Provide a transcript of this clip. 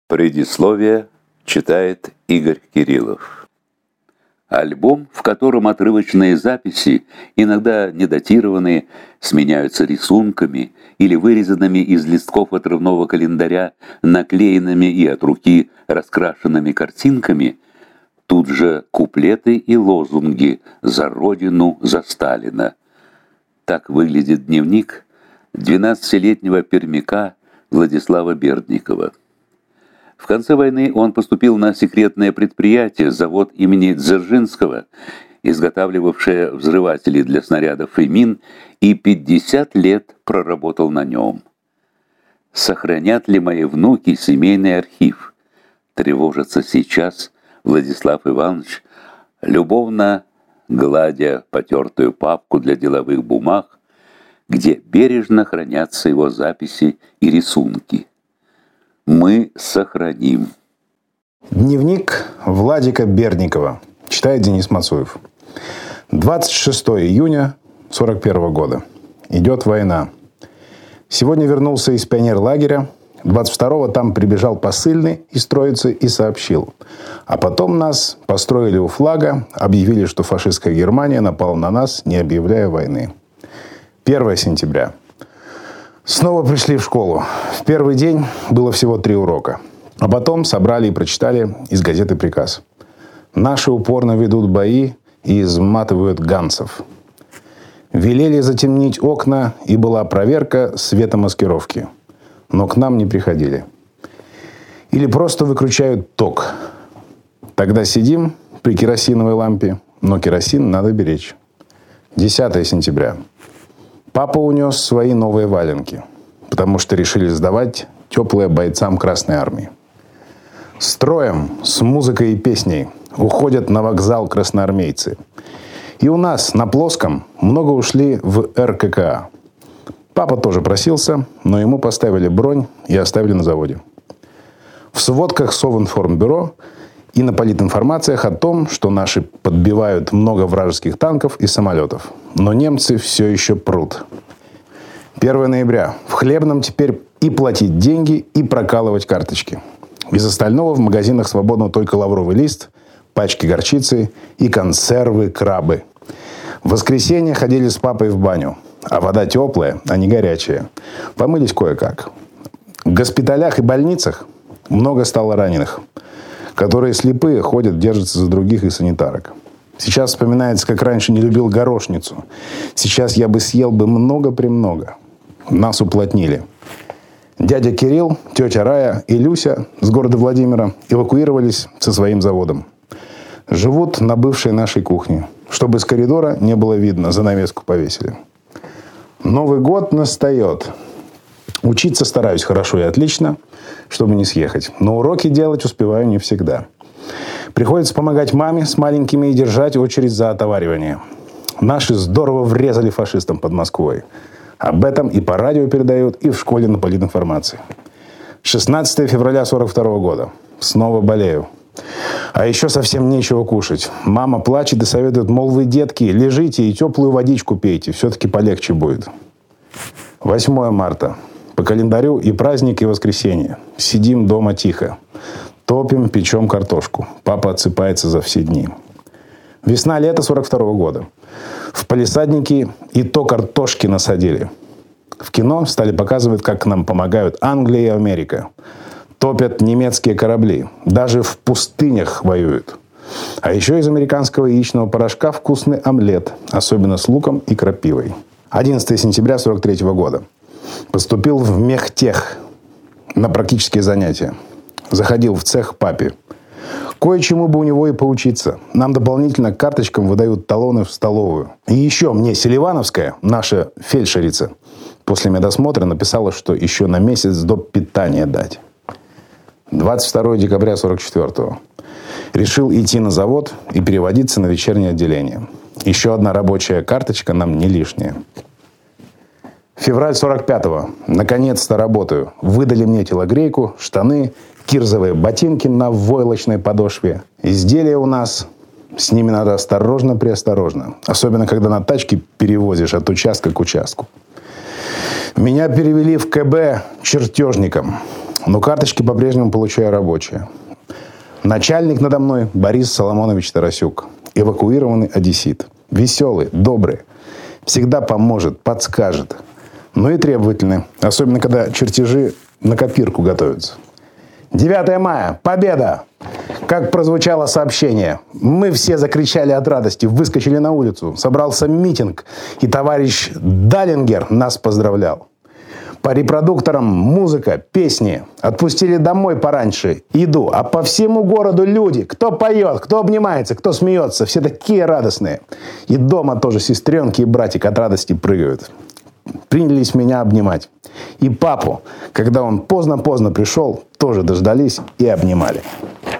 Предисловие читает Игорь Кириллов. Альбом, в котором отрывочные записи, иногда недатированные, сменяются рисунками или вырезанными из листков отрывного календаря, наклеенными и от руки раскрашенными картинками, тут же куплеты и лозунги «За Родину, за Сталина». Так выглядит дневник 12-летнего пермяка Владислава Бердникова. В конце войны он поступил на секретное предприятие, завод имени Дзержинского, изготавливавшее взрыватели для снарядов и мин, и 50 лет проработал на нем. Сохранят ли мои внуки семейный архив? Тревожится сейчас Владислав Иванович, любовно гладя потертую папку для деловых бумаг, где бережно хранятся его записи и рисунки. Мы сохраним. Дневник Владика Бердникова. Читает Денис Мацуев. 26 июня 1941 года. Идет война. Сегодня вернулся из пионерлагеря. 22-го там прибежал посыльный из Троицы и сообщил. А потом нас построили у флага, объявили, что фашистская Германия напала на нас, не объявляя войны. 1 сентября. Снова пришли в школу. В первый день было всего 3 урока. А потом собрали и прочитали из газеты приказ. Наши упорно ведут бои и изматывают ганцев. Велели затемнить окна, и была проверка светомаскировки. Но к нам не приходили. Или просто выключают ток. Тогда сидим при керосиновой лампе, но керосин надо беречь. 10 сентября. Папа унес свои новые валенки, потому что решили сдавать теплые бойцам Красной Армии. Строем, с музыкой и песней уходят на вокзал красноармейцы. И у нас на Плоском много ушли в РККА. Папа тоже просился, но ему поставили бронь и оставили на заводе. В сводках Совинформбюро и на политинформациях о том, что наши подбивают много вражеских танков и самолетов. Но немцы все еще прут. 1 ноября. В Хлебном теперь и платить деньги, и прокалывать карточки. Из остального в магазинах свободно только лавровый лист, пачки горчицы и консервы крабы. В воскресенье ходили с папой в баню. А вода теплая, а не горячая. Помылись кое-как. В госпиталях и больницах много стало раненых, которые слепые ходят, держатся за других и санитарок. Сейчас вспоминается, как раньше не любил горошницу. Сейчас я бы съел много-премного. Нас уплотнили. Дядя Кирилл, тетя Рая и Люся с города Владимира эвакуировались со своим заводом. Живут на бывшей нашей кухне. Чтобы из коридора не было видно, занавеску повесили. Новый год настает. Учиться стараюсь хорошо и отлично, чтобы не съехать. Но уроки делать успеваю не всегда. Приходится помогать маме с маленькими и держать очередь за отоваривание. Наши здорово врезали фашистам под Москвой. Об этом и по радио передают, и в школе на политинформации. 16 февраля 1942 года. Снова болею. А еще совсем нечего кушать. Мама плачет и советует, мол, вы, детки, лежите и теплую водичку пейте. Все-таки полегче будет. 8 марта. По календарю и праздник, и воскресенье. Сидим дома тихо. Топим, печем картошку. Папа отсыпается за все дни. Весна-лето 1942 года. В палисаднике и то картошки насадили. В кино стали показывать, как нам помогают Англия и Америка. Топят немецкие корабли. Даже в пустынях воюют. А еще из американского яичного порошка вкусный омлет. Особенно с луком и крапивой. 11 сентября 1943 года. Поступил в мехтех на практические занятия. Заходил в цех к папе. Кое-чему бы у него и поучиться. Нам дополнительно к карточкам выдают талоны в столовую. И еще мне Селивановская, наша фельдшерица, после медосмотра написала, что еще на месяц до питания дать. 22 декабря 1944. Решил идти на завод и переводиться на вечернее отделение. Еще одна рабочая карточка нам не лишняя. Февраль 45-го. Наконец-то работаю. Выдали мне телогрейку, штаны, кирзовые ботинки на войлочной подошве. Изделия у нас. С ними надо осторожно-преосторожно. Особенно, когда на тачке перевозишь от участка к участку. Меня перевели в КБ чертежником. но карточки по-прежнему получаю рабочие. Начальник надо мной Борис Соломонович Тарасюк. Эвакуированный одессит. Веселый, добрый. Всегда поможет, подскажет. Но и требовательный. Особенно, когда чертежи на копирку готовятся. 9 мая. Победа! Как прозвучало сообщение. Мы все закричали от радости, выскочили на улицу. Собрался митинг, и товарищ Даллингер нас поздравлял. По репродукторам музыка, песни. Отпустили домой пораньше. Иду, а по всему городу люди. Кто поет, кто обнимается, кто смеется. Все такие радостные. И дома тоже сестренки и братик от радости прыгают. Принялись меня обнимать. И папу, когда он поздно-поздно пришел, тоже дождались и обнимали.